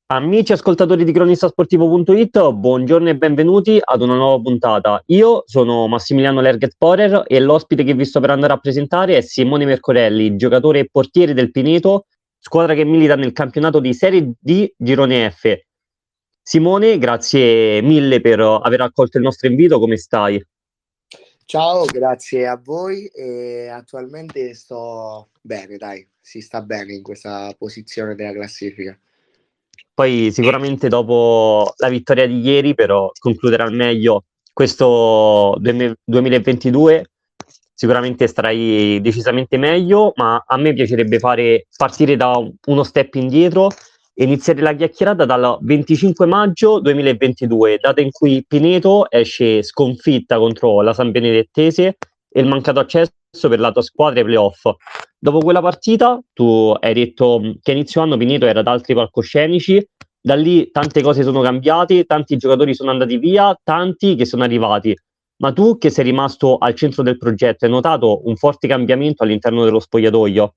Amici ascoltatori di cronistasportivo.it, buongiorno e benvenuti ad una nuova puntata. Io sono Massimiliano Lerget Porer e l'ospite che vi sto per andare a presentare è Simone Mercorelli, giocatore e portiere del Pineto, squadra che milita nel campionato di Serie D Girone F. Simone, grazie mille per aver accolto il nostro invito, come stai? Ciao, grazie a voi e attualmente sto bene, dai, si sta bene in questa posizione della classifica. Poi sicuramente dopo la vittoria di ieri, però concludere al meglio questo 2022, sicuramente starai decisamente meglio, ma a me piacerebbe partire da uno step indietro e iniziare la chiacchierata dal 25 maggio 2022, data in cui Pineto esce sconfitta contro la San Benedettese e il mancato accesso per la tua squadra ai playoff. Dopo quella partita, tu hai detto che a inizio anno Pineto era ad altri palcoscenici, da lì tante cose sono cambiate, tanti giocatori sono andati via, tanti che sono arrivati. Ma tu che sei rimasto al centro del progetto, hai notato un forte cambiamento all'interno dello spogliatoio?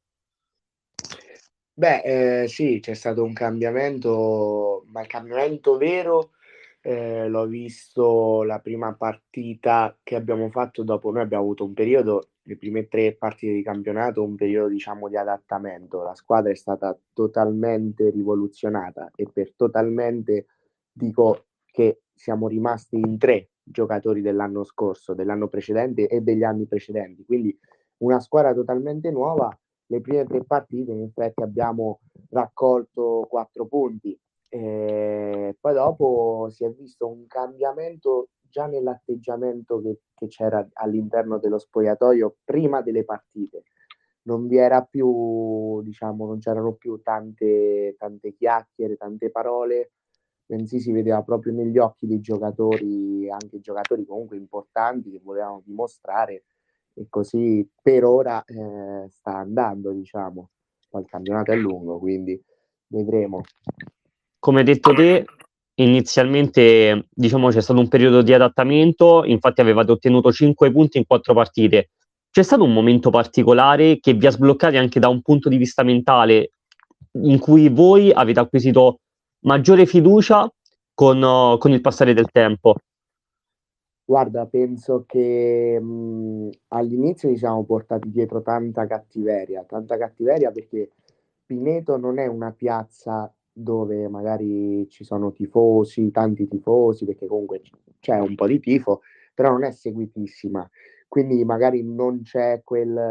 Sì, c'è stato un cambiamento, ma il cambiamento vero l'ho visto la prima partita che abbiamo fatto dopo. Noi abbiamo avuto un periodo, le prime 3 partite di campionato, un periodo diciamo di adattamento. La squadra è stata totalmente rivoluzionata e per totalmente dico che siamo rimasti in 3 giocatori dell'anno scorso, dell'anno precedente e degli anni precedenti, quindi una squadra totalmente nuova. Le prime 3 partite in effetti abbiamo raccolto 4 punti. Poi dopo si è visto un cambiamento già nell'atteggiamento che c'era all'interno dello spogliatoio prima delle partite. Non vi era più, diciamo, non c'erano più tante chiacchiere, tante parole, bensì si vedeva proprio negli occhi dei giocatori, anche giocatori comunque importanti che volevano dimostrare, e così per ora sta andando, diciamo. Poi il campionato è lungo, quindi vedremo. Come hai detto te, inizialmente diciamo c'è stato un periodo di adattamento, infatti avevate ottenuto 5 punti in 4 partite. C'è stato un momento particolare che vi ha sbloccati anche da un punto di vista mentale, in cui voi avete acquisito maggiore fiducia con il passare del tempo? Guarda, penso che all'inizio ci siamo portati dietro tanta cattiveria perché Pineto non è una piazza dove magari ci sono tifosi, tanti tifosi, perché comunque c'è un po' di tifo, però non è seguitissima. Quindi magari non c'è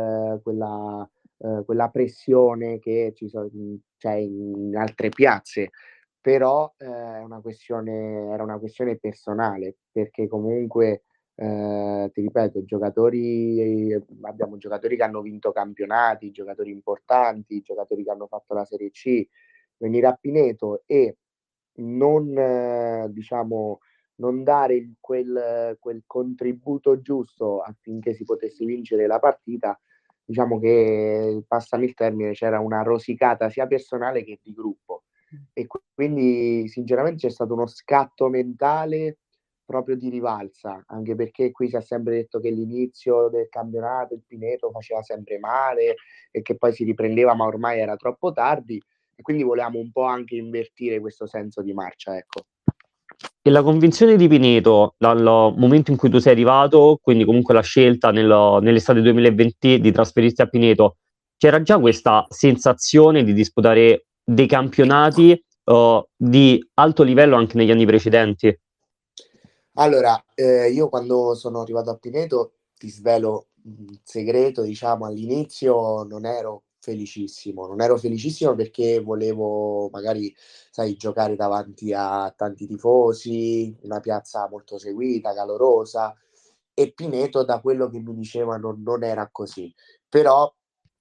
quella pressione che c'è in altre piazze. Però era una questione personale, perché comunque, ti ripeto, abbiamo giocatori che hanno vinto campionati, giocatori importanti, giocatori che hanno fatto la Serie C. Venire a Pineto e non diciamo, non dare quel contributo giusto affinché si potesse vincere la partita, diciamo che, passami il termine, c'era una rosicata sia personale che di gruppo. E quindi sinceramente c'è stato uno scatto mentale proprio di rivalsa, anche perché qui si è sempre detto che l'inizio del campionato il Pineto faceva sempre male e che poi si riprendeva, ma ormai era troppo tardi, e quindi volevamo un po' anche invertire questo senso di marcia, ecco. E la convinzione di Pineto, dal momento in cui tu sei arrivato, quindi comunque la scelta nell'estate 2020 di trasferirti a Pineto, c'era già questa sensazione di disputare dei campionati di alto livello anche negli anni precedenti? Allora, io quando sono arrivato a Pineto, ti svelo un segreto, diciamo, all'inizio non ero felicissimo perché volevo magari, sai, giocare davanti a tanti tifosi, una piazza molto seguita, calorosa, e Pineto, da quello che mi dicevano, non era così. Però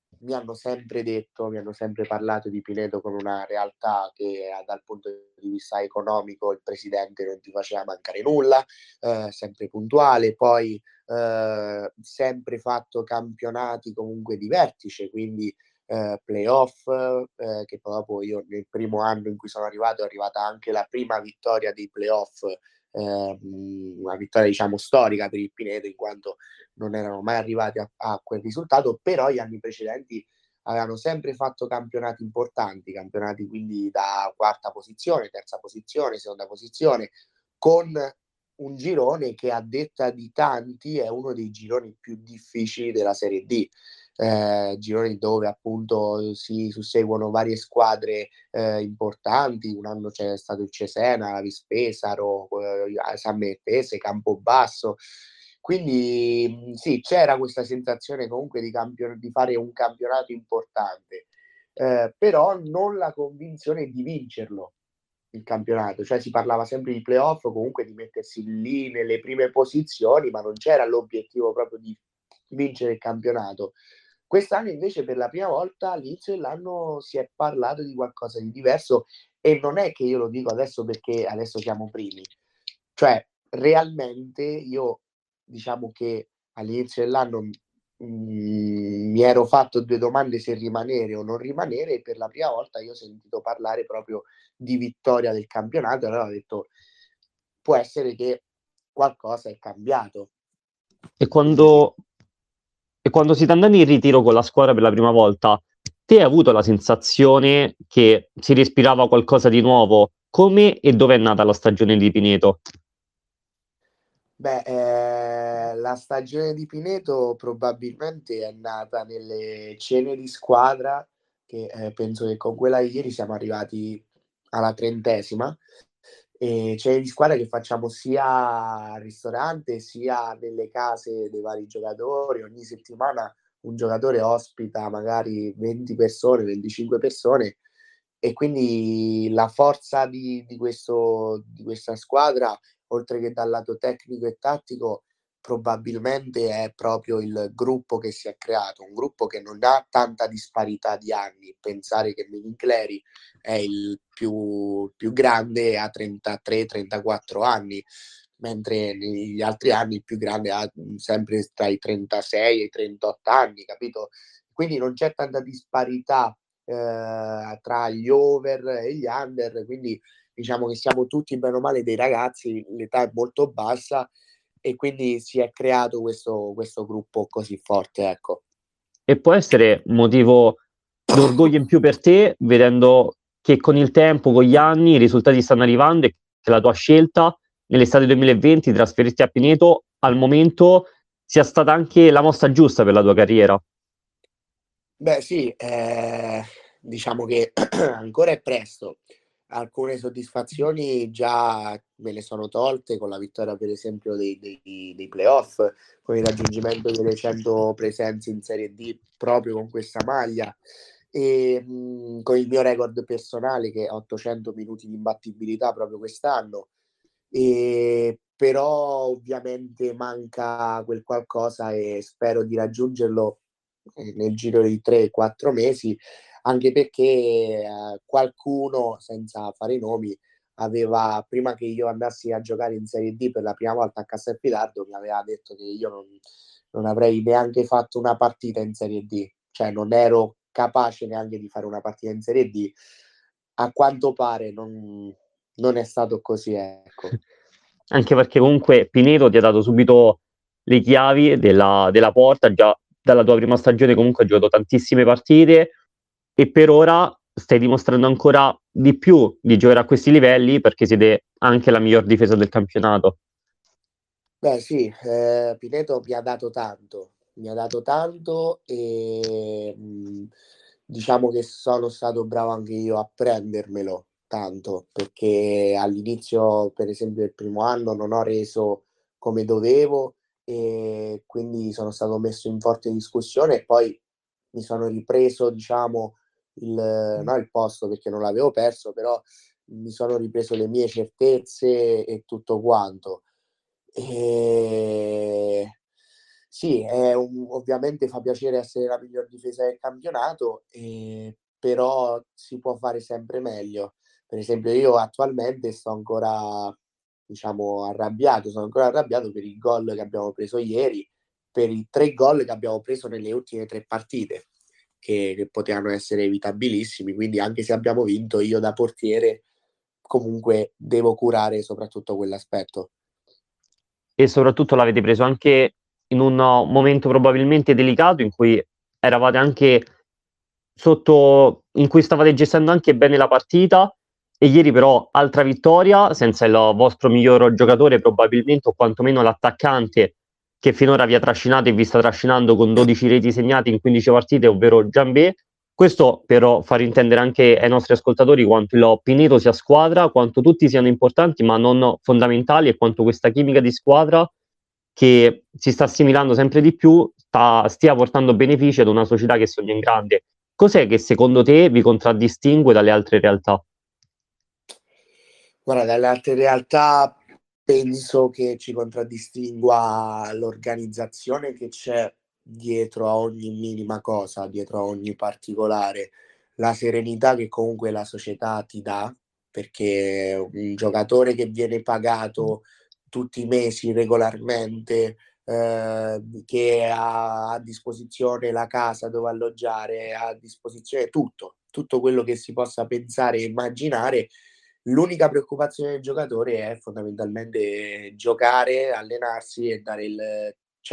mi hanno sempre parlato di Pineto come una realtà che dal punto di vista economico il presidente non ti faceva mancare nulla, sempre puntuale, poi sempre fatto campionati comunque di vertice, quindi playoff, che poi dopo io nel primo anno in cui sono arrivato è arrivata anche la prima vittoria dei playoff, una vittoria diciamo storica per il Pineto, in quanto non erano mai arrivati a quel risultato, però gli anni precedenti avevano sempre fatto campionati importanti, campionati quindi da quarta posizione, terza posizione, seconda posizione, con un girone che a detta di tanti è uno dei gironi più difficili della Serie D. Gironi dove appunto si susseguono varie squadre importanti. Un anno c'è stato il Cesena, la Vispesaro, San Mettese, Campobasso. Quindi sì, c'era questa sensazione comunque di fare un campionato importante, però non la convinzione di vincerlo il campionato, cioè si parlava sempre di playoff, comunque di mettersi lì nelle prime posizioni, ma non c'era l'obiettivo proprio di vincere il campionato. Quest'anno invece per la prima volta all'inizio dell'anno si è parlato di qualcosa di diverso, e non è che io lo dico adesso perché adesso siamo primi, cioè realmente io diciamo che all'inizio dell'anno mi ero fatto 2 domande se rimanere o non rimanere, e per la prima volta io ho sentito parlare proprio di vittoria del campionato, e allora ho detto può essere che qualcosa è cambiato. E quando siete andati in ritiro con la squadra per la prima volta, te hai avuto la sensazione che si respirava qualcosa di nuovo? Come e dove è nata la stagione di Pineto? La stagione di Pineto probabilmente è nata nelle cene di squadra, che penso che con quella di ieri siamo arrivati alla 30ª, e cene di squadra che facciamo sia al ristorante sia nelle case dei vari giocatori. Ogni settimana un giocatore ospita magari 20 persone, 25 persone, e quindi la forza di questa squadra, oltre che dal lato tecnico e tattico, probabilmente è proprio il gruppo che si è creato, un gruppo che non ha tanta disparità di anni. Pensare che Michleri è il più grande, ha 33-34 anni, mentre negli altri anni il più grande ha sempre tra i 36 e i 38 anni, capito? Quindi non c'è tanta disparità tra gli over e gli under, quindi diciamo che siamo tutti bene o male dei ragazzi, l'età è molto bassa, e quindi si è creato questo gruppo così forte, ecco. E può essere motivo d'orgoglio in più per te, vedendo che con il tempo, con gli anni, i risultati stanno arrivando e che la tua scelta nell'estate 2020 di trasferirti a Pineto al momento sia stata anche la mossa giusta per la tua carriera. Beh sì, diciamo che ancora è presto. Alcune soddisfazioni già me le sono tolte con la vittoria per esempio dei playoff, con il raggiungimento delle 100 presenze in Serie D proprio con questa maglia, e con il mio record personale che è 800 minuti di imbattibilità proprio quest'anno. Però ovviamente manca quel qualcosa e spero di raggiungerlo nel giro di 3-4 mesi, anche perché qualcuno, senza fare i nomi, aveva, prima che io andassi a giocare in Serie D per la prima volta a Castelfidardo, mi aveva detto che io non avrei neanche fatto una partita in Serie D, cioè non ero capace neanche di fare una partita in Serie D. A quanto pare non è stato così, ecco. Anche perché comunque Pineto ti ha dato subito le chiavi della porta, già dalla tua prima stagione comunque hai giocato tantissime partite e per ora stai dimostrando ancora di più di giocare a questi livelli perché siete anche la miglior difesa del campionato. Beh sì, Pineto mi ha dato tanto, e diciamo che sono stato bravo anche io a prendermelo tanto, perché all'inizio, per esempio del primo anno, non ho reso come dovevo, e quindi sono stato messo in forte discussione, e poi mi sono ripreso, diciamo, no il posto perché non l'avevo perso, però mi sono ripreso le mie certezze e tutto quanto. Ehm, sì, ovviamente fa piacere essere la miglior difesa del campionato, però si può fare sempre meglio. Per esempio io attualmente sto ancora, diciamo, sono ancora arrabbiato per il gol che abbiamo preso ieri, per i 3 gol che abbiamo preso nelle ultime 3 partite, che potevano essere evitabilissimi, quindi anche se abbiamo vinto, io da portiere comunque devo curare soprattutto quell'aspetto. E soprattutto l'avete preso anche in un momento probabilmente delicato in cui eravate anche in cui stavate gestendo anche bene la partita, e ieri però altra vittoria senza il vostro miglior giocatore probabilmente, o quantomeno l'attaccante che finora vi ha trascinato e vi sta trascinando con 12 reti segnate in 15 partite, ovvero Giambé. Questo per far intendere anche ai nostri ascoltatori quanto il Pineto sia squadra, quanto tutti siano importanti ma non fondamentali, e quanto questa chimica di squadra, che si sta assimilando sempre di più, stia portando benefici ad una società che sogna in grande. Cos'è che secondo te vi contraddistingue dalle altre realtà? Guarda, dalle altre realtà penso che ci contraddistingua l'organizzazione che c'è dietro a ogni minima cosa, dietro a ogni particolare, la serenità che comunque la società ti dà, perché un giocatore che viene pagato tutti i mesi regolarmente, che ha a disposizione la casa dove alloggiare, ha a disposizione tutto quello che si possa pensare e immaginare. L'unica preoccupazione del giocatore è fondamentalmente giocare, allenarsi e dare il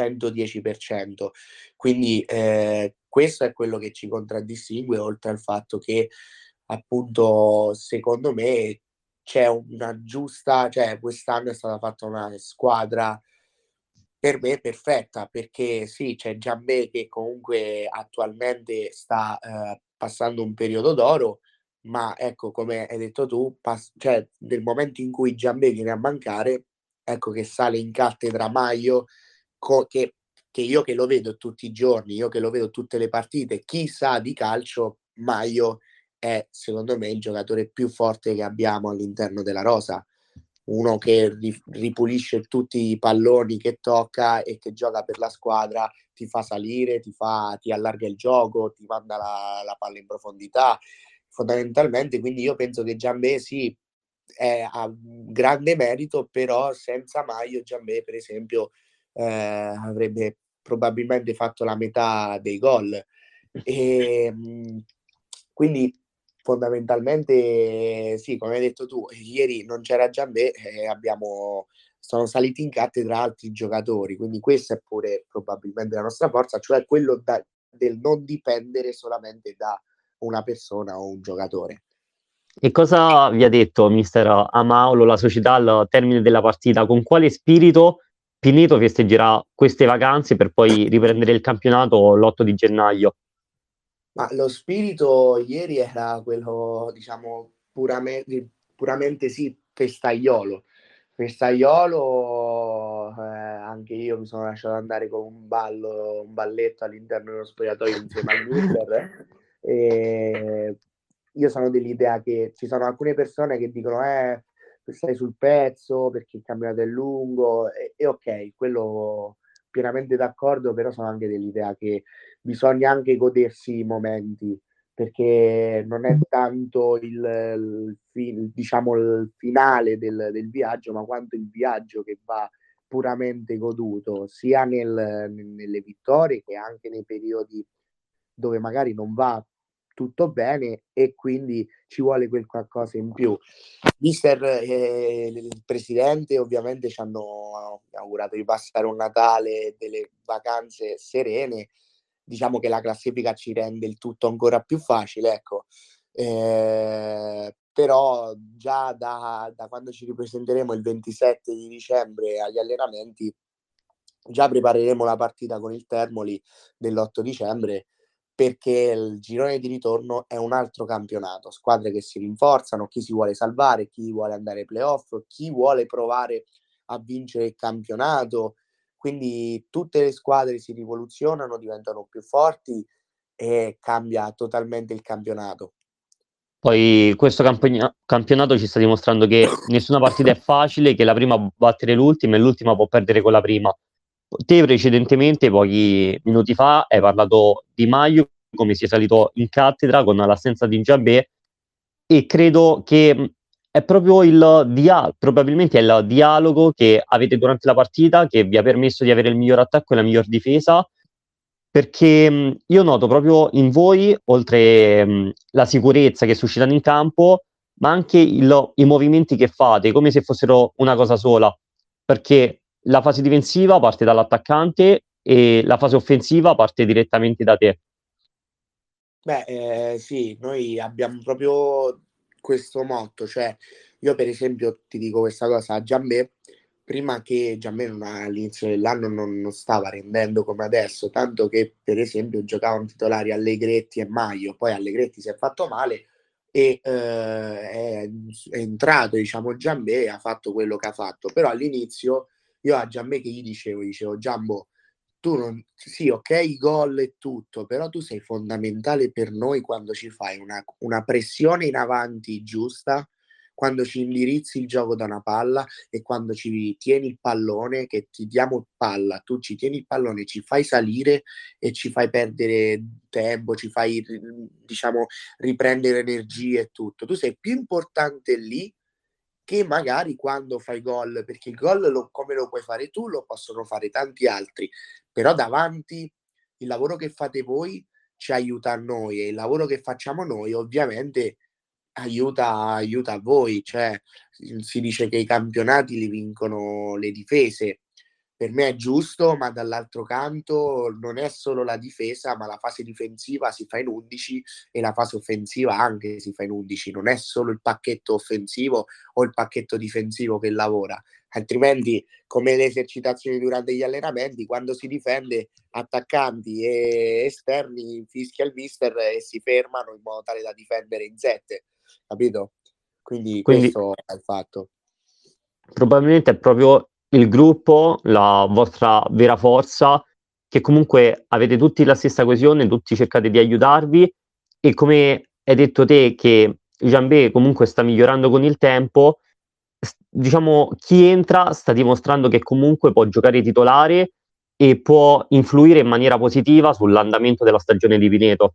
110%. Quindi questo è quello che ci contraddistingue, oltre al fatto che appunto secondo me c'è una giusta, cioè quest'anno è stata fatta una squadra per me perfetta, perché sì, c'è Giambé che comunque attualmente sta passando un periodo d'oro, ma ecco, come hai detto tu, cioè nel momento in cui Giambé viene a mancare, ecco che sale in cattedra Maio, che io che lo vedo tutti i giorni, io che lo vedo tutte le partite, chi sa di calcio, Maio è secondo me il giocatore più forte che abbiamo all'interno della rosa. Uno che ripulisce tutti i palloni che tocca e che gioca per la squadra, ti fa salire, ti allarga il gioco, ti manda la palla in profondità, fondamentalmente. Quindi io penso che Giambé sì, ha un grande merito, però senza Maio Giambé per esempio avrebbe probabilmente fatto la metà dei gol. E quindi fondamentalmente sì, come hai detto tu, ieri non c'era Giambé e sono saliti in cattedra altri giocatori, quindi questa è pure probabilmente la nostra forza, cioè quello del non dipendere solamente da una persona o un giocatore. E cosa vi ha detto mister Amaolo, la società, al termine della partita? Con quale spirito Pineto festeggerà queste vacanze per poi riprendere il campionato l'8 di gennaio? Ma lo spirito ieri era quello, diciamo, puramente sì, festaiolo. Festaiolo, anche io mi sono lasciato andare con un balletto all'interno dello spogliatoio insieme al mister. E io sono dell'idea che ci sono alcune persone che dicono stai sul pezzo perché il campionato è lungo, e ok, quello pienamente d'accordo, però sono anche dell'idea che bisogna anche godersi i momenti, perché non è tanto diciamo, il finale del viaggio, ma quanto il viaggio che va puramente goduto, sia nelle vittorie che anche nei periodi dove magari non va tutto bene e quindi ci vuole quel qualcosa in più. Mister e il presidente ovviamente ci hanno augurato di passare un Natale e delle vacanze serene. Diciamo che la classifica ci rende il tutto ancora più facile, ecco. Però già da quando ci ripresenteremo il 27 di dicembre agli allenamenti, già prepareremo la partita con il Termoli dell'8 dicembre, perché il girone di ritorno è un altro campionato, squadre che si rinforzano, chi si vuole salvare, chi vuole andare ai playoff, chi vuole provare a vincere il campionato, quindi tutte le squadre si rivoluzionano, diventano più forti e cambia totalmente il campionato. Poi questo campionato ci sta dimostrando che nessuna partita è facile, che la prima può battere l'ultima e l'ultima può perdere con la prima. Te precedentemente, pochi minuti fa, hai parlato di Maio, come si è salito in cattedra con l'assenza di Giambé, e credo che è proprio probabilmente è il dialogo che avete durante la partita che vi ha permesso di avere il miglior attacco e la miglior difesa, perché io noto proprio in voi, oltre la sicurezza che suscitate in campo, ma anche i movimenti che fate, come se fossero una cosa sola, perché la fase difensiva parte dall'attaccante e la fase offensiva parte direttamente da te. Sì, noi abbiamo proprio questo motto, cioè io per esempio ti dico questa cosa, a Giambè, prima che Giambè all'inizio dell'anno non stava rendendo come adesso, tanto che per esempio giocavano titolari Allegretti e Maio, poi Allegretti si è fatto male e è entrato, diciamo, Giambè e ha fatto quello che ha fatto, però all'inizio io a Giambè che gli dicevo Giambo, tu non, sì, ok, i gol e tutto, però tu sei fondamentale per noi quando ci fai una pressione in avanti giusta, quando ci indirizzi il gioco da una palla e quando ci tieni il pallone, che ti diamo palla, tu ci tieni il pallone, ci fai salire e ci fai perdere tempo, ci fai, diciamo, riprendere energie e tutto. Tu sei più importante lì che magari quando fai gol, perché il gol come lo puoi fare tu, lo possono fare tanti altri, però davanti il lavoro che fate voi ci aiuta a noi e il lavoro che facciamo noi ovviamente aiuta a voi, cioè si dice che i campionati li vincono le difese. Per me è giusto, ma dall'altro canto non è solo la difesa, ma la fase difensiva si fa in 11 e la fase offensiva anche si fa in 11. Non è solo il pacchetto offensivo o il pacchetto difensivo che lavora. Altrimenti, come le esercitazioni durante gli allenamenti, quando si difende, attaccanti e esterni fischia il mister e si fermano in modo tale da difendere in 7, capito? Quindi Quindi questo è il fatto. probabilmente è proprio il gruppo, la vostra vera forza, che comunque avete tutti la stessa coesione, tutti cercate di aiutarvi e come hai detto te che Giambé comunque sta migliorando con il tempo, diciamo chi entra sta dimostrando che comunque può giocare titolare e può influire in maniera positiva sull'andamento della stagione di Pineto.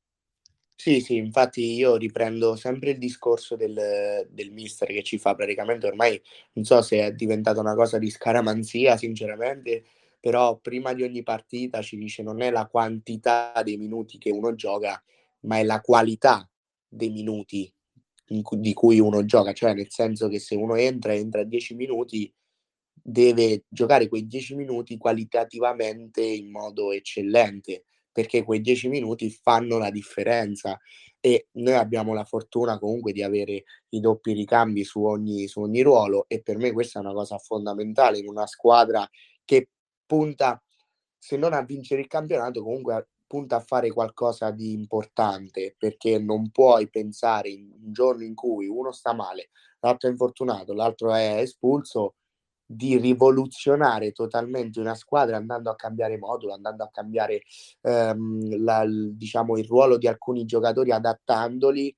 Sì, sì, infatti io riprendo sempre il discorso del mister che ci fa praticamente ormai, non so se è diventata una cosa di scaramanzia, sinceramente, però prima di ogni partita ci dice non è la quantità dei minuti che uno gioca, ma è la qualità dei minuti di cui uno gioca, cioè nel senso che se uno entra 10 minuti, deve giocare quei 10 minuti qualitativamente in modo eccellente, perché quei 10 minuti fanno la differenza e noi abbiamo la fortuna comunque di avere i doppi ricambi su ogni ruolo e per me questa è una cosa fondamentale in una squadra che punta, se non a vincere il campionato, comunque punta a fare qualcosa di importante, perché non puoi pensare in un giorno in cui uno sta male, l'altro è infortunato, l'altro è espulso, di rivoluzionare totalmente una squadra andando a cambiare modulo, andando a cambiare diciamo, il ruolo di alcuni giocatori adattandoli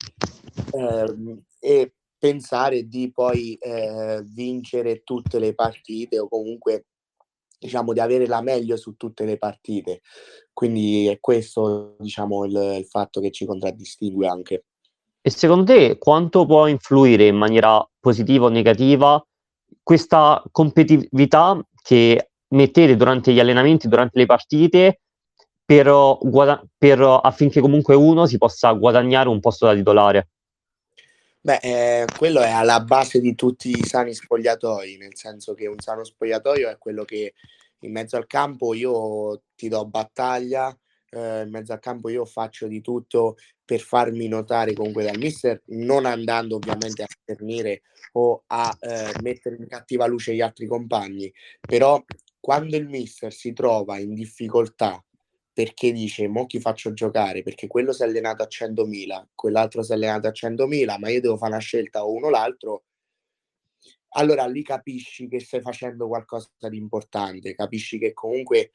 e pensare di poi vincere tutte le partite o comunque diciamo di avere la meglio su tutte le partite. Quindi è questo diciamo il fatto che ci contraddistingue anche. E secondo te quanto può influire in maniera positiva o negativa questa competitività che mettete durante gli allenamenti, durante le partite, affinché comunque uno si possa guadagnare un posto da titolare? Quello è alla base di tutti i sani spogliatoi, nel senso che un sano spogliatoio è quello che in mezzo al campo io ti do battaglia, in mezzo al campo io faccio di tutto per farmi notare comunque dal mister, non andando ovviamente a sternire o a mettere in cattiva luce gli altri compagni, però quando il mister si trova in difficoltà perché dice mo chi faccio giocare? Perché quello si è allenato a 100.000, quell'altro si è allenato a 100.000, ma io devo fare una scelta o uno o l'altro, allora lì capisci che stai facendo qualcosa di importante, capisci che comunque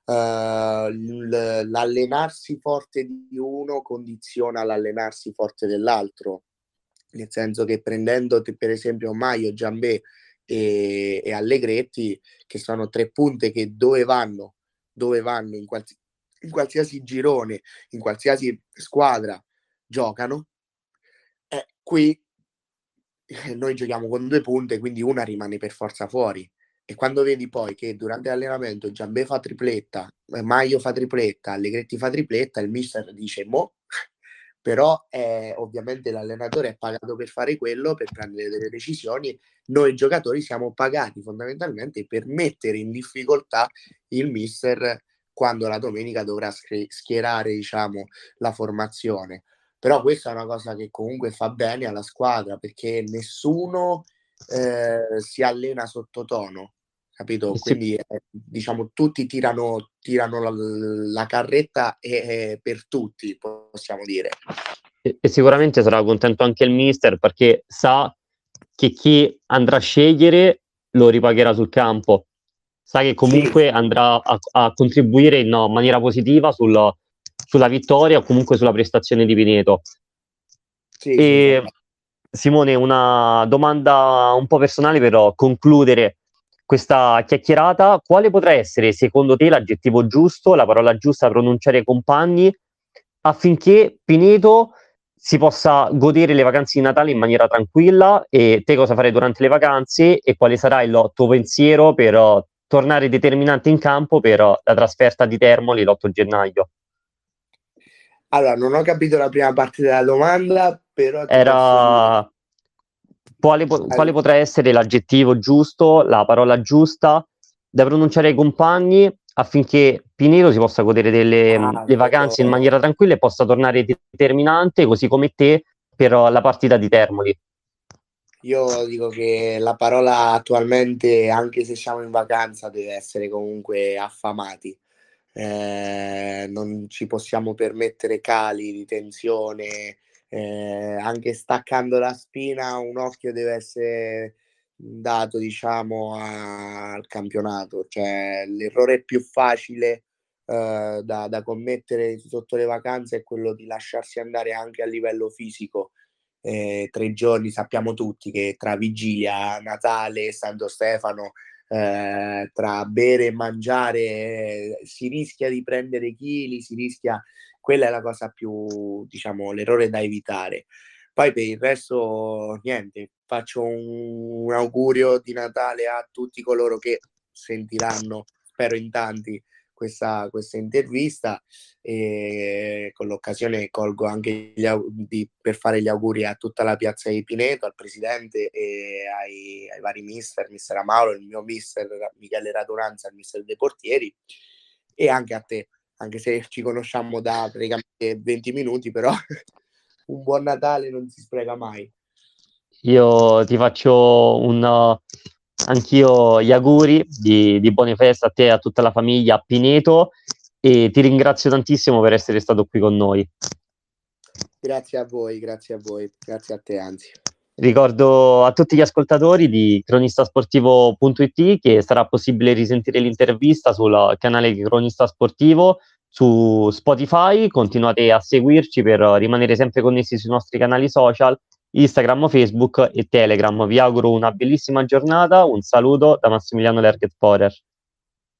l'allenarsi forte di uno condiziona l'allenarsi forte dell'altro, nel senso che prendendo per esempio Maio, Giambè e Allegretti, che sono tre punte che dove vanno in qualsiasi girone, in qualsiasi squadra giocano, qui noi giochiamo con due punte, quindi una rimane per forza fuori. E quando vedi poi che durante l'allenamento Giambè fa tripletta, Maio fa tripletta, Allegretti fa tripletta, il mister dice mo, però ovviamente l'allenatore è pagato per fare quello, per prendere delle decisioni, noi giocatori siamo pagati fondamentalmente per mettere in difficoltà il mister quando la domenica dovrà schierare, diciamo, la formazione. Però questa è una cosa che comunque fa bene alla squadra, perché nessuno si allena sottotono, capito? Quindi diciamo tutti tirano la carretta per tutti, possiamo dire. E sicuramente sarà contento anche il mister, perché sa che chi andrà a scegliere lo ripagherà sul campo, sa che comunque Sì. andrà a contribuire in maniera positiva sulla vittoria o comunque sulla prestazione di Pineto. Sì, E Simone, una domanda un po' personale per concludere questa chiacchierata: quale potrà essere secondo te l'aggettivo giusto, la parola giusta da pronunciare ai compagni affinché Pineto si possa godere le vacanze di Natale in maniera tranquilla? E te cosa farai durante le vacanze e quale sarà il tuo pensiero per tornare determinante in campo per la trasferta di Termoli l'8 gennaio? Allora, non ho capito la prima parte della domanda, però ti posso dire... Era quale potrà essere l'aggettivo giusto, la parola giusta da pronunciare ai compagni affinché Pineto si possa godere le vacanze in maniera tranquilla e possa tornare determinante, così come te, per la partita di Termoli. Io dico che la parola attualmente, anche se siamo in vacanza, deve essere comunque affamati. Non ci possiamo permettere cali di tensione, anche staccando la spina un occhio deve essere dato, diciamo, al campionato. Cioè, l'errore più facile da commettere sotto le vacanze è quello di lasciarsi andare anche a livello fisico. 3 giorni sappiamo tutti che tra vigilia, Natale, Santo Stefano, tra bere e mangiare si rischia di prendere chili, quella è la cosa più, diciamo, l'errore da evitare. Poi per il resto niente, faccio un augurio di Natale a tutti coloro che sentiranno, spero in tanti, questa intervista, e con l'occasione colgo anche per fare gli auguri a tutta la piazza di Pineto, al presidente e ai vari mister Amauro, il mio mister Michele Radunanza, il mister dei portieri, e anche a te, anche se ci conosciamo da praticamente 20 minuti, però un buon Natale non si spreca mai. Io ti faccio anch'io gli auguri di buone feste a te e a tutta la famiglia a Pineto, e ti ringrazio tantissimo per essere stato qui con noi. Grazie a voi, grazie a te anzi. Ricordo a tutti gli ascoltatori di cronistasportivo.it che sarà possibile risentire l'intervista sul canale di Cronista Sportivo su Spotify. Continuate a seguirci per rimanere sempre connessi sui nostri canali social, Instagram, Facebook e Telegram. Vi auguro una bellissima giornata, un saluto da Massimiliano Lerget Forer.